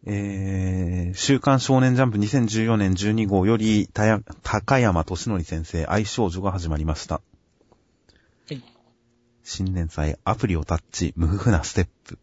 週刊少年ジャンプ2014年12号より高山俊則先生愛少女が始まりました。 はい。 新連載アプリをタッチ無夫婦なステップ。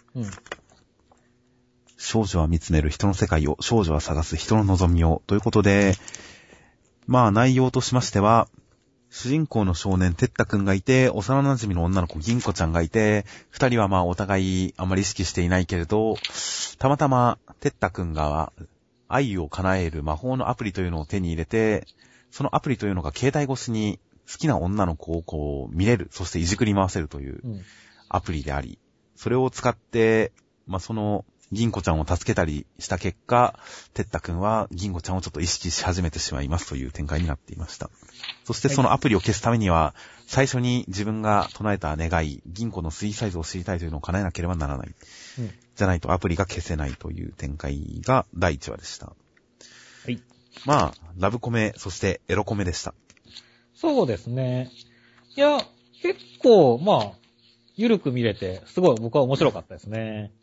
少女は見つめる人の世界を、少女は探す人の望みをということで、まあ内容としましては、主人公の少年テッタくんがいて、幼馴染の女の子銀子ちゃんがいて、二人はまあお互いあまり意識していないけれど、たまたまテッタくんが愛を叶える魔法のアプリというのを手に入れて、そのアプリというのが携帯越しに好きな女の子をこう見れる、そしていじくり回せるというアプリであり、それを使って、まあその銀子ちゃんを助けたりした結果、テッタくんは銀子ちゃんをちょっと意識し始めてしまいますという展開になっていました。そしてそのアプリを消すためには、最初に自分が唱えた願い、銀子の3サイズを知りたいというのを叶えなければならない。じゃないとアプリが消せないという展開が第1話でした。 はい。 まあ、ラブコメ、そしてエロコメでした。 そうですね。いや、結構、まあ、ゆるく見れて、すごい僕は面白かったですね。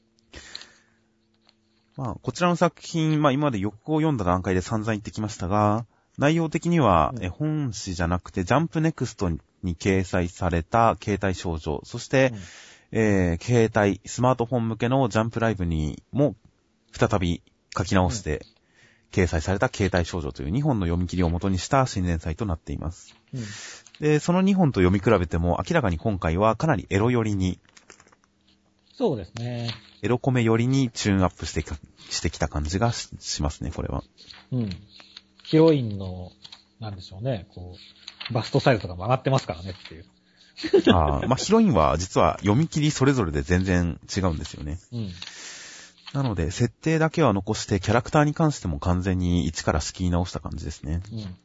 まあ、こちらの作品、まあ今まで予告を読んだ段階で散々言ってきましたが、内容的には、本誌じゃなくてジャンプネクストに掲載された携帯少女、そして、携帯、スマートフォン向けのジャンプライブにも再び書き直して掲載された携帯少女という2本の読み切りを元にした新連載となっています。で、その2本と読み比べても明らかに今回はかなりエロ寄りに、 そうですね。 エロコメ寄りにチューンアップしてきた感じが しますね、これは。 ヒロインの、なんでしょうね、こう、バストサイズとかも上がってますからねっていう。 まあ、ヒロインは実は読み切りそれぞれで全然違うんですよね。なので、設定だけは残して、キャラクターに関しても完全に一から仕切り直した感じですね。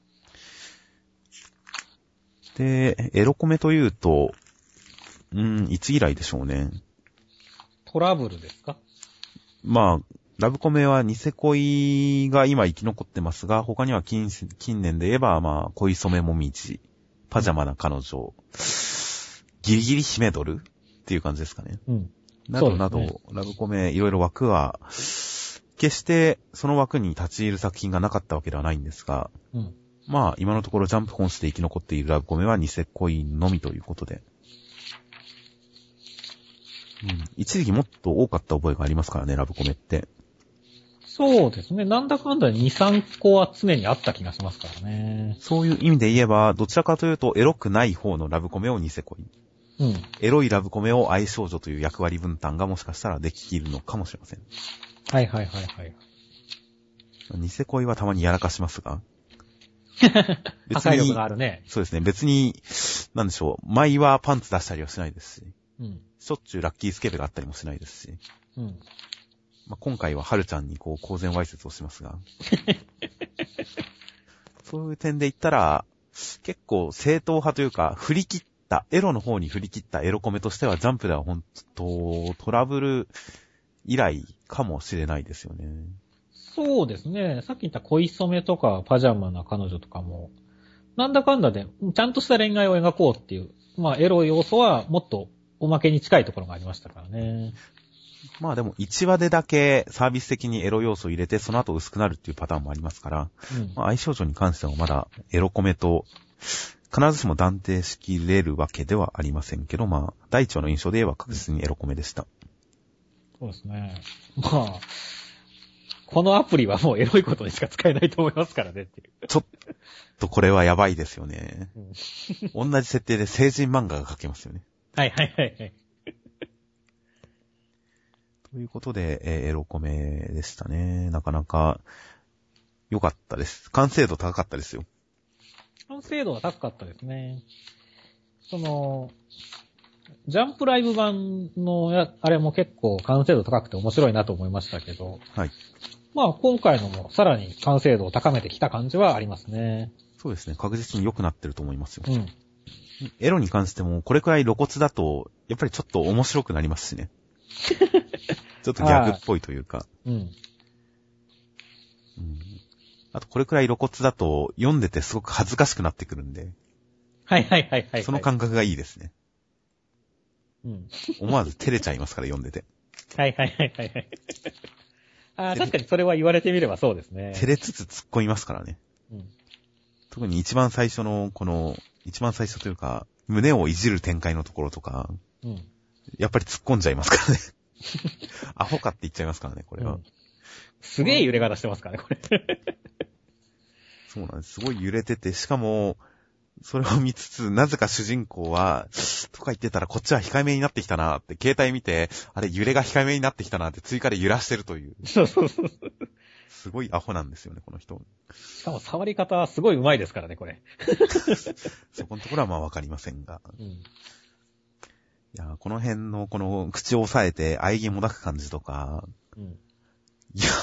で、エロコメというと、いつ以来でしょうね。 トラブルですか？ まあ、ラブコメはニセ恋が今生き残ってますが、他には近年で言えば、まあ、恋染めもみじ、パジャマな彼女、ギリギリ姫ドルっていう感じですかね。などなど、ラブコメいろいろ枠は、決してその枠に立ち入る作品がなかったわけではないんですが、まあ、今のところジャンプ本誌で生き残っているラブコメはニセ恋のみということで。一時期もっと多かった覚えがありますからね、ラブコメって。 そうですね。なんだかんだ2、3個は常にあった気がしますからね。 そういう意味で言えば、どちらかというとエロくない方のラブコメをニセ恋。エロいラブコメを愛少女という役割分担がもしかしたらできるのかもしれません。 はい。 ニセ恋はたまにやらかしますが。 破壊力があるね。 そうですね。別に、なんでしょう。前はパンツ出したりはしないですし。しょっちゅうラッキースケベがあったりもしないですし。まあ、今回は春ちゃんにこう公然わいせつをしますが。そういう点で言ったら、結構正統派というか、振り切った、エロの方に振り切ったエロコメとしてはジャンプでは本当トラブル以来かもしれないですよね。 そうですね。さっき言った恋染めとかパジャマな彼女とかも、なんだかんだで、ちゃんとした恋愛を描こうっていう、まあエロ要素はもっとおまけに近いところがありましたからね。 まあでも1話でだけサービス的にエロ要素を入れてその後薄くなるっていうパターンもありますから、まあ、愛少女に関してはまだエロコメと必ずしも断定しきれるわけではありませんけど、まあ第一話の印象で言えば確実にエロコメでした。 そうですね。まあ、このアプリはもうエロいことにしか使えないと思いますからねっていう。 ちょっとこれはやばいですよね。同じ設定で成人漫画が描けますよね。 はい。 ということで、エロコメでしたね。なかなか良かったです。完成度高かったですよ。 完成度は高かったですね。その、ジャンプライブ版のあれも結構完成度高くて面白いなと思いましたけど、まあ今回のもさらに完成度を高めてきた感じはありますね。 そうですね。確実に良くなってると思いますよ。エロに関してもこれくらい露骨だとやっぱりちょっと面白くなりますしね。ちょっとギャグっぽいというか。あとこれくらい露骨だと読んでてすごく恥ずかしくなってくるんで。その感覚がいいですね。思わず照れちゃいますから読んでて。 確かにそれは言われてみればそうですね。 照れつつ突っ込みますからね。 うん。 特に一番最初というか、胸をいじる展開のところとか、 うん。 やっぱり突っ込んじゃいますからね。アホかって言っちゃいますからね、これは。 うん、すげえ揺れ方してますからね、これ。 そうなんです。すごい揺れてて、しかも、それを見つつ、なぜか主人公は、とか言ってたらこっちは控えめになってきたなって、携帯見て、あれ揺れが控えめになってきたなって追加で揺らしてるという。 そうそうそう。 すごいアホなんですよね、この人。 しかも触り方すごい上手いですからね、これ。 そこのところはまあわかりませんが。 うん、いや、この辺のこの口を押さえて喘ぎもだく感じとか、 うん、 いや、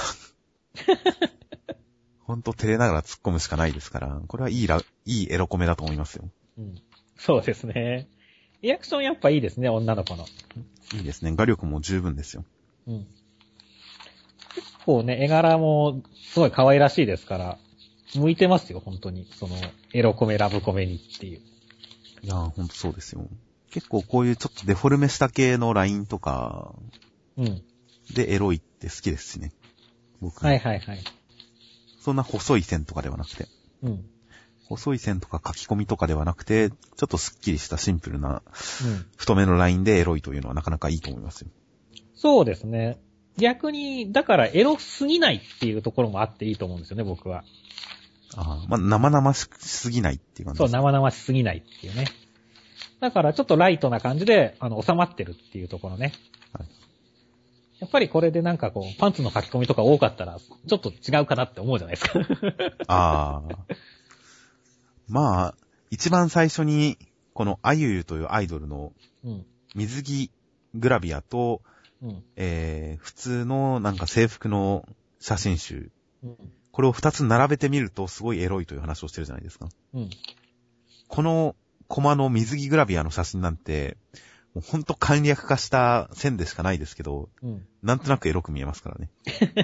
ほんと照れながら突っ込むしかないですから、これはいいエロコメだと思いますよ。 うん。そうですね。リアクションやっぱいいですね、女の子の。 いいですね。画力も十分ですよ。 うん。結構ね、絵柄もすごい可愛らしいですから、向いてますよ、本当に。その、エロコメ、ラブコメにっていう。 いやー、ほんとそうですよ。結構こういうちょっとデフォルメした系のラインとか、 うん。 でエロいって好きですしね。僕。 はいはいはい。 そんな細い線とかではなくて。 うん。 細い線とか書き込みとかではなくて、ちょっとスッキリしたシンプルな、 うん。 太めのラインでエロいというのはなかなかいいと思いますよ。 そうですね。逆に、だからエロすぎないっていうところもあっていいと思うんですよね、僕は。 ああ、まあ、生々しすぎないっていう感じそう、 です。 生々しすぎないっていうね。だからちょっとライトな感じで、収まってるっていうところね。 はい。 やっぱりこれでなんかこう、パンツの書き込みとか多かったら、ちょっと違うかなって思うじゃないですか。 ああ。まあ、一番最初に、このあゆゆというアイドルのうん。 水着グラビアと、 うん。 普通のなんか制服の写真集。 うん。 これを二つ並べてみるとすごいエロいという話をしてるじゃないですか。 うん。 このコマの水着グラビアの写真なんて、もうほんと簡略化した線でしかないですけど、 うん。 なんとなくエロく見えますからね。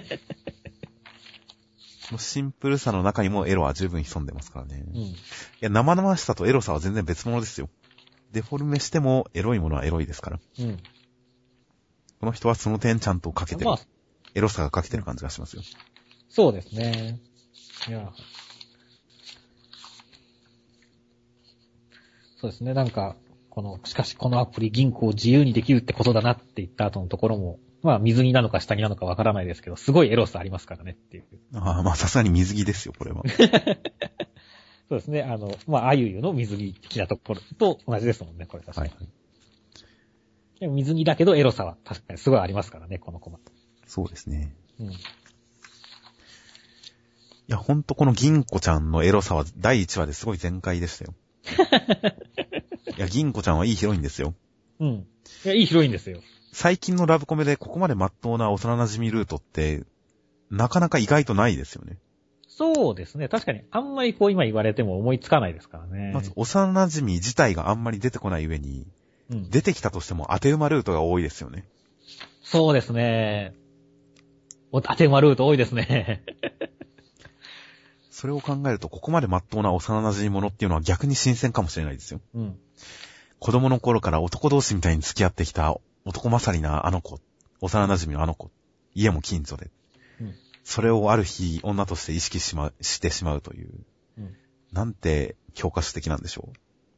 このシンプルさの中にもエロは十分潜んでますからね。 うん。 いや、生々しさとエロさは全然別物ですよ。デフォルメしてもエロいものはエロいですから。 うん。 この人はその点ちゃんとかけてる。 まあ、 エロさがかけてる感じがしますよ。 そうですね。いや。そうですね。なんか、しかしこのアプリ銀行を自由にできるってことだなって言った後のところも、まあ水着なのか下着なのかわからないですけど、すごいエロさありますからねっていう。 ああ、まあさすがに水着ですよ、これは。 そうですね。まああゆゆの水着的なところと同じですもんね、これ確かに。 はいはい。 でも水着だけどエロさは確かにすごいありますからね、このコマ。 そうですね。 うん。 いや、ほんとこの銀子ちゃんのエロさは第1話ですごい全開でしたよ。いや、銀子ちゃんはいいヒロインですよ。 うん。いや、いいヒロインですよ。 最近のラブコメでここまで真っ当な幼馴染ルートって、なかなか意外とないですよね。 そうですね。確かに、あんまりこう今言われても思いつかないですからね。 まず、幼馴染自体があんまり出てこない上に、 うん、 出てきたとしても当て馬ルートが多いですよね。 そうですね。当て馬ルート多いですね。 それを考えると、ここまで真っ当な幼馴染ものっていうのは逆に新鮮かもしれないですよ。 うん。 子供の頃から男同士みたいに付き合ってきた男勝りなあの子、幼馴染のあの子、家も近所で。 うん、それをある日女として意識してしまうという。 うん、 なんて教科書的なんでしょう。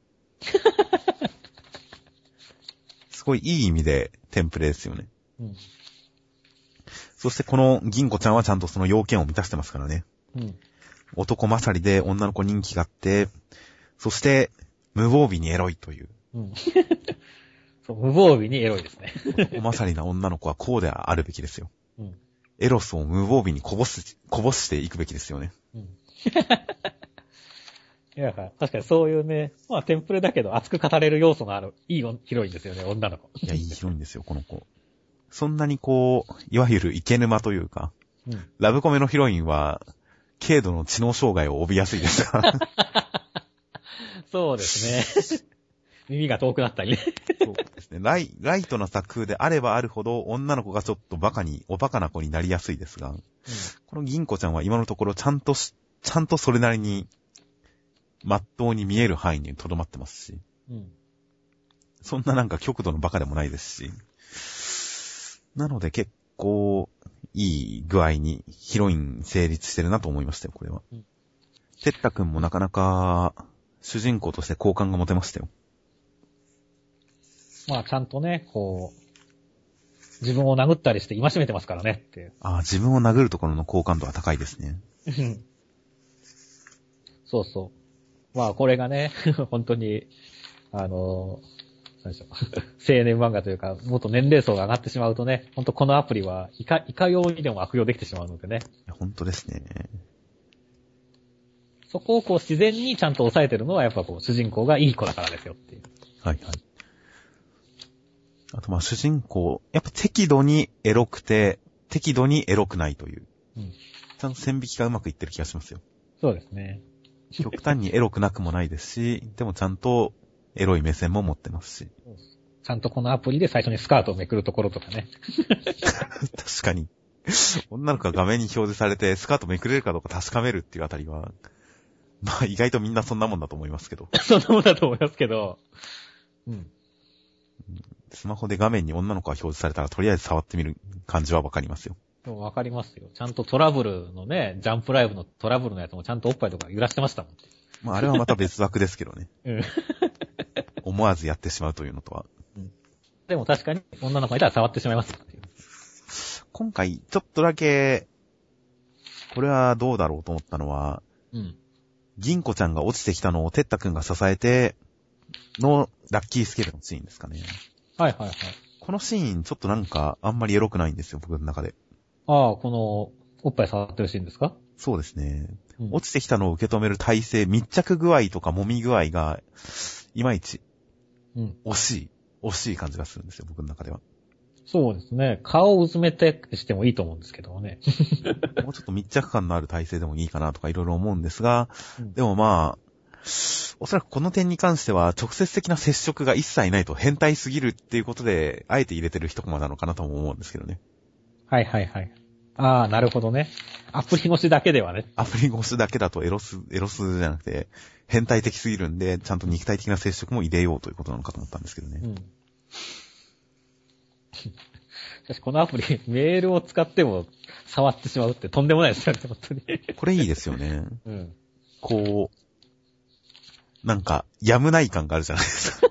すごいいい意味でテンプレですよね。 うん、 そしてこの銀子ちゃんはちゃんとその要件を満たしてますからね。 うん、 男勝りで女の子人気があって、そして無防備にエロいという。 うん、そう無防備にエロいですね。 男勝りな女の子はこうであるべきですよ。 うん、 エロスを無防備にこぼしていくべきですよね。 うん、いや、確かにそういうね、まあテンプレだけど熱く語れる要素のあるいいヒロインですよね、女の子。 いや、いいヒロインですよ、この子。そんなにこう、いわゆるイケ沼というか、 うん、 ラブコメのヒロインは、軽度の知能障害を帯びやすいですから。 そうですね。耳が遠くなったりね。 そうですね。ライトな作風であればあるほど、女の子がちょっとおバカな子になりやすいですが、うん、この銀子ちゃんは今のところちゃんとそれなりに、真っ当に見える範囲に留まってますし、うん、そんななんか極度のバカでもないですし、なので結構、 いい具合にヒロイン成立してるなと思いましたよ、これは。てったくんもなかなか主人公として好感が持てましたよ。 まあちゃんとね、自分を殴ったりして戒めてますからねっていう。 自分を殴るところの好感度は高いですね。 そうそう。まあこれがね、本当に、何でしょう。青年漫画というか、もっと年齢層が上がってしまうとね、本当このアプリはいかようにでも悪用できてしまうのでね。 本当ですね。 そこを自然にちゃんと抑えてるのはやっぱ主人公がいい子だからですよっていう。 はいはい。あと主人公、やっぱ適度にエロくて、適度にエロくないという。ちゃんと線引きがうまくいってる気がしますよ。 そうですね。 極端にエロくなくもないですし、でもちゃんとエロい目線も持ってますし。 ちゃんとこのアプリで最初にスカートをめくるところとかね。 確かに。女の子が画面に表示されてスカートめくれるかどうか確かめるっていうあたりは、意外とみんなそんなもんだと思いますけど。 そんなもんだと思いますけど。 スマホで画面に女の子が表示されたらとりあえず触ってみる感じはわかりますよ。 わかりますよ。ちゃんとトラブルのね、ジャンプライブのトラブルのやつもちゃんとおっぱいとか揺らしてましたもん。 あれはまた別枠ですけどね。思わずやってしまうというのとは。 でも確かに女の子がいたら触ってしまいますっていう。 今回ちょっとだけ、これはどうだろうと思ったのは、銀子ちゃんが落ちてきたのをてったくんが支えてのラッキースケルのシーンですかね。 はいはいはい。 このシーンちょっとなんかあんまりエロくないんですよ、僕の中で。 このおっぱい触ってるシーンですか？ そうですね。落ちてきたのを受け止める体勢、密着具合とか揉み具合がいまいち惜しい感じがするんですよ、僕の中では。 そうですね。顔をうずめてしてもいいと思うんですけどもね。 もうちょっと密着感のある体勢でもいいかなとかいろいろ思うんですが、でもおそらくこの点に関しては直接的な接触が一切ないと変態すぎるっていうことで、あえて入れてる一コマなのかなとも思うんですけどね。 はいはいはい。なるほどね。アプリ越しだけではね。 アプリ越しだけだとエロスじゃなくて、変態的すぎるんで、ちゃんと肉体的な接触も入れようということなのかと思ったんですけどね。 しかしこのアプリ、メールを使っても触ってしまうってとんでもないですよね、本当に。 これいいですよね。なんか、やむない感があるじゃないですか。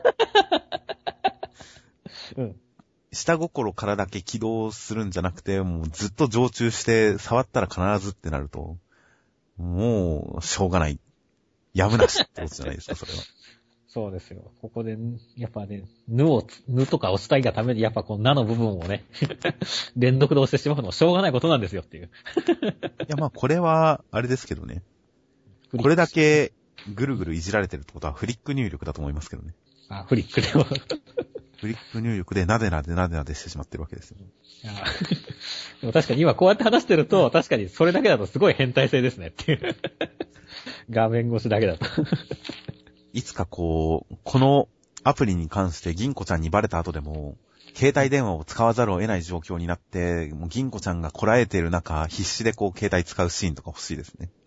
下心からだけ起動するんじゃなくて、もうずっと常駐して触ったら必ずってなると、もう、しょうがない。やむなしってことじゃないですか、それは。 そうですよ。ここで、やっぱね、ぬとか押したいがために、やっぱなの部分をね、連続で押してしまうのもしょうがないことなんですよっていう。 いや、これは、あれですけどね。これだけ、ぐるぐるいじられてるってことはフリック入力だと思いますけどね。 フリックでも。 フリック入力でなでなでしてしまってるわけですよ。 でも確かに今こうやって話してると、確かにそれだけだとすごい変態性ですねっていう。画面越しだけだと。 いつかこのアプリに関して銀子ちゃんにバレた後でも、携帯電話を使わざるを得ない状況になって、もう銀子ちゃんがこらえてる中、必死で携帯使うシーンとか欲しいですね。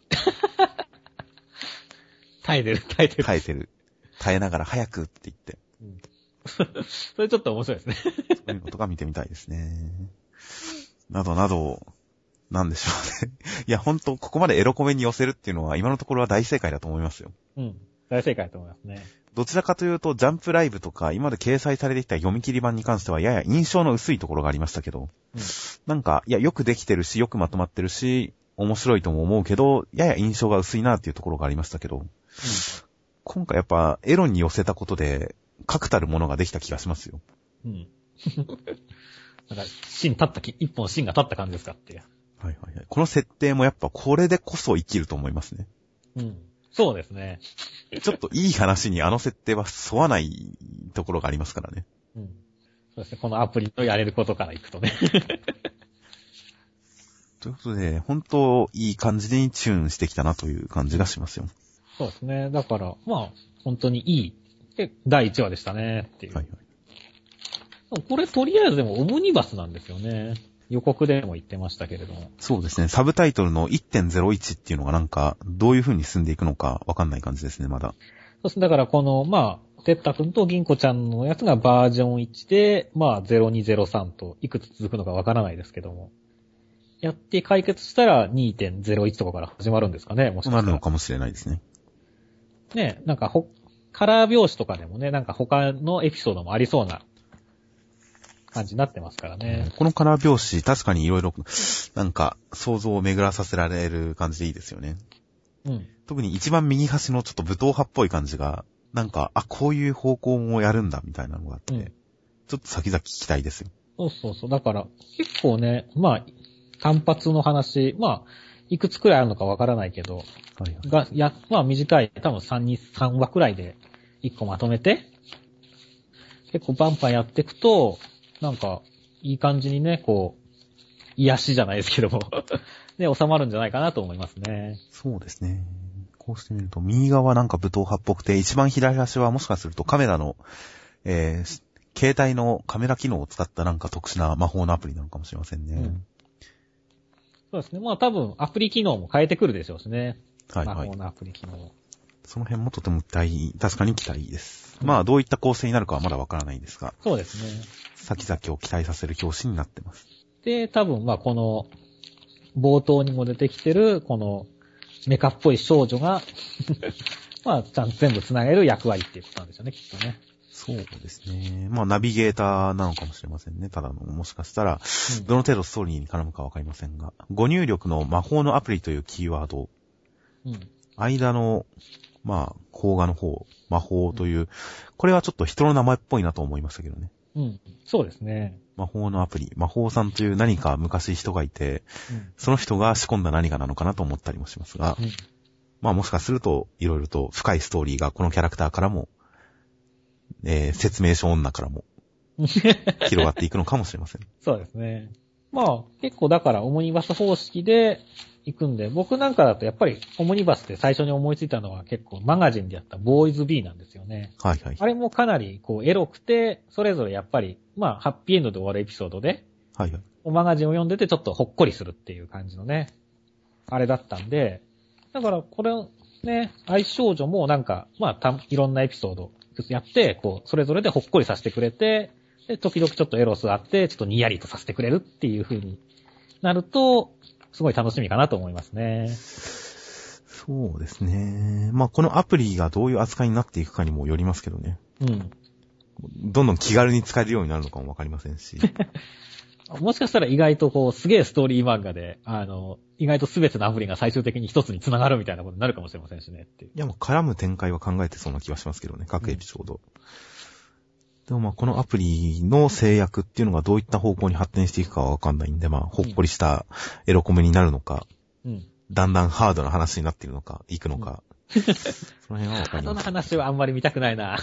耐えてる。 耐えながら早くって言って。 それちょっと面白いですね。 そういうのとか見てみたいですね。などなど、なんでしょうね。いや、ほんと、ここまでエロコメに寄せるっていうのは、今のところは大正解だと思いますよ。 大正解だと思いますね。 どちらかというと、ジャンプライブとか、今まで掲載されてきた読み切り版に関しては、やや印象の薄いところがありましたけど、なんか、よくできてるし、よくまとまってるし、面白いとも思うけど、やや印象が薄いなっていうところがありましたけど、今回やっぱ、エロに寄せたことで、確たるものができた気がしますよ。 なんか、一本芯が立った感じですかっていう。 はいはいはい。この設定もやっぱこれでこそ生きると思いますね。 そうですね。 ちょっといい話にあの設定は沿わないところがありますからね。 そうですね。このアプリのやれることからいくとね。 ということで、本当いい感じにチューンしてきたなという感じがしますよ。 そうですね。だから、本当にいい第1話でしたねっていう。これとりあえずでもオムニバスなんですよね。予告でも言ってましたけれども。 そうですね。サブタイトルの 1.01 っていうのがなんか、どういう風に進んでいくのかわかんない感じですね、まだ。 そうですね。だからこの、てったくんと銀子ちゃんのやつがバージョン1で、0203といくつ続くのかわからないですけども。 やって解決したら 2.01 とかから始まるんですかね、もしかしたら。 なるのかもしれないですね。 ね、なんかカラー表紙とかでもね、なんか他のエピソードもありそうな感じになってますからね。 このカラー表紙、確かにいろいろ、なんか、想像を巡らさせられる感じでいいですよね。 うん。 特に一番右端のちょっと武闘派っぽい感じが、なんか、こういう方向もやるんだ、みたいなのがあって、ちょっと先々聞きたいですよ。 そうそうそう。だから、結構ね、まあ、単発の話、まあ、いくつくらいあるのかわからないけど、まあ短い、多分3話くらいで1個まとめて、結構バンバンやっていくと、なんか、いい感じにね、こう、癒しじゃないですけども、ね、収まるんじゃないかなと思いますね。 そうですね。こうしてみると、右側なんか武闘派っぽくて、一番左端はもしかするとカメラの、携帯のカメラ機能を使ったなんか特殊な魔法のアプリなのかもしれませんね。 そうですね。まあ多分アプリ機能も変えてくるでしょうしね。 はいはい。 魔法のアプリ機能。 その辺もとても確かに期待です。まあどういった構成になるかはまだわからないですが。 そうですね。 先々を期待させる表紙になってます。 で、多分まあこの、冒頭にも出てきてる、この、メカっぽい少女が、まあちゃんと全部繋げる役割っていうことなんですよね、きっとね。 そうですね。まあナビゲーターなのかもしれませんね。ただの、もしかしたら、どの程度ストーリーに絡むかわかりませんが、ご入力の魔法のアプリというキーワード、間の、まあ、邦画の方、魔法という、これはちょっと人の名前っぽいなと思いましたけどね。 そうですね。 魔法のアプリ、魔法さんという何か昔人がいて、その人が仕込んだ何かなのかなと思ったりもしますが、まあもしかすると、いろいろと深いストーリーがこのキャラクターからも、説明書女からも、広がっていくのかもしれません。 そうですね。まあ、結構だからオモニバス方式で行くんで、僕なんかだとやっぱりオモニバスって最初に思いついたのは結構マガジンでやったボーイズ B なんですよね。 はいはい。 あれもかなりこうエロくて、それぞれやっぱり、まあハッピーエンドで終わるエピソードで、 はいはい。 マガジンを読んでてちょっとほっこりするっていう感じのね、あれだったんで、だからこれね、愛少女もなんか、まあいろんなエピソードやって、こう、それぞれでほっこりさせてくれて、で、時々ちょっとエロスあって、ちょっとニヤリとさせてくれるっていう風になると、すごい楽しみかなと思いますね。 そうですね。まあ、このアプリがどういう扱いになっていくかにもよりますけどね。どんどん気軽に使えるようになるのかもわかりませんし。 もしかしたら意外とこう、すげえストーリー漫画で、意外と全てのアプリが最終的に一つに繋がるみたいなことになるかもしれませんしねっていう。 いや、もう絡む展開は考えてそうな気はしますけどね、各エピソード。でもまあ、このアプリの制約っていうのがどういった方向に発展していくかはわかんないんで、まあ、ほっこりしたエロコメになるのか、だんだんハードな話になっているのか、いくのか。その辺はわかります。 ハードな話はあんまり見たくないな。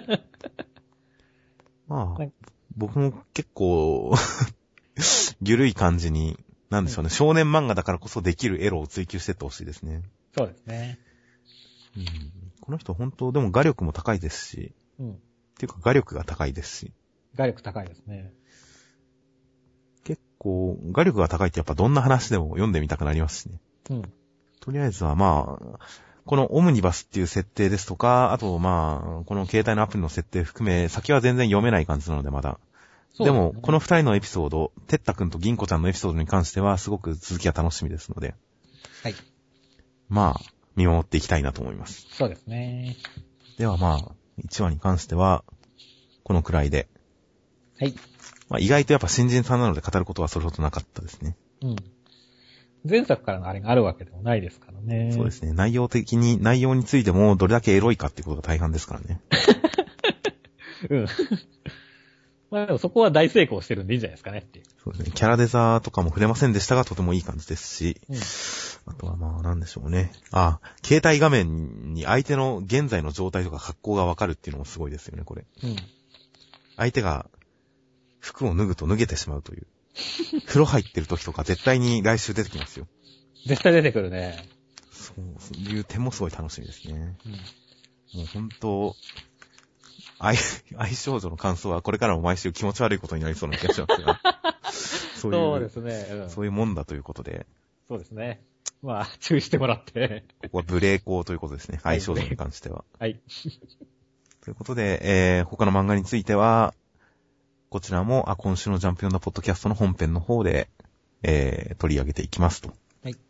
まあ、僕も結構、ゆるい感じに、なんでしょうね、少年漫画だからこそできるエロを追求してってほしいですね。 そうですね。 この人本当、でも画力も高いですし、っていうか画力が高いですし。 画力高いですね。 結構、画力が高いってやっぱどんな話でも読んでみたくなりますしね。とりあえずはまあ、このオムニバスっていう設定ですとか、あとまあ、この携帯のアプリの設定含め、先は全然読めない感じなのでまだ。でも、この二人のエピソード、テッタ君と銀子ちゃんのエピソードに関しては、すごく続きが楽しみですので。 はい。 まあ、見守っていきたいなと思います。 そうですね。 ではまあ、1話に関しては、このくらいで。 はい。 まあ、意外とやっぱ新人さんなので語ることはそれほどなかったですね。 前作からのあれがあるわけでもないですからね。 そうですね。内容についてもどれだけエロいかっていうことが大半ですからね。 まあでもそこは大成功してるんでいいんじゃないですかねっていう。 そうですね。キャラデザとかも触れませんでしたが、とてもいい感じですし。あとはまあ、なんでしょうね。携帯画面に相手の現在の状態とか格好がわかるっていうのもすごいですよね、これ。相手が服を脱ぐと脱げてしまうという。風呂入ってる時とか絶対に来週出てきますよ。 絶対出てくるね。 そういう点もすごい楽しみですね。もう本当、愛少女の感想はこれからも毎週気持ち悪いことになりそうな気がしますが。 そうですね、 そういうもんだということで。 そうですね。まあ、注意してもらって。 ここは無礼講ということですね。愛少女に関しては。 はい。 ということで、他の漫画については、こちらも、今週のジャンプ読んだポッドキャストの本編の方で、 取り上げていきますと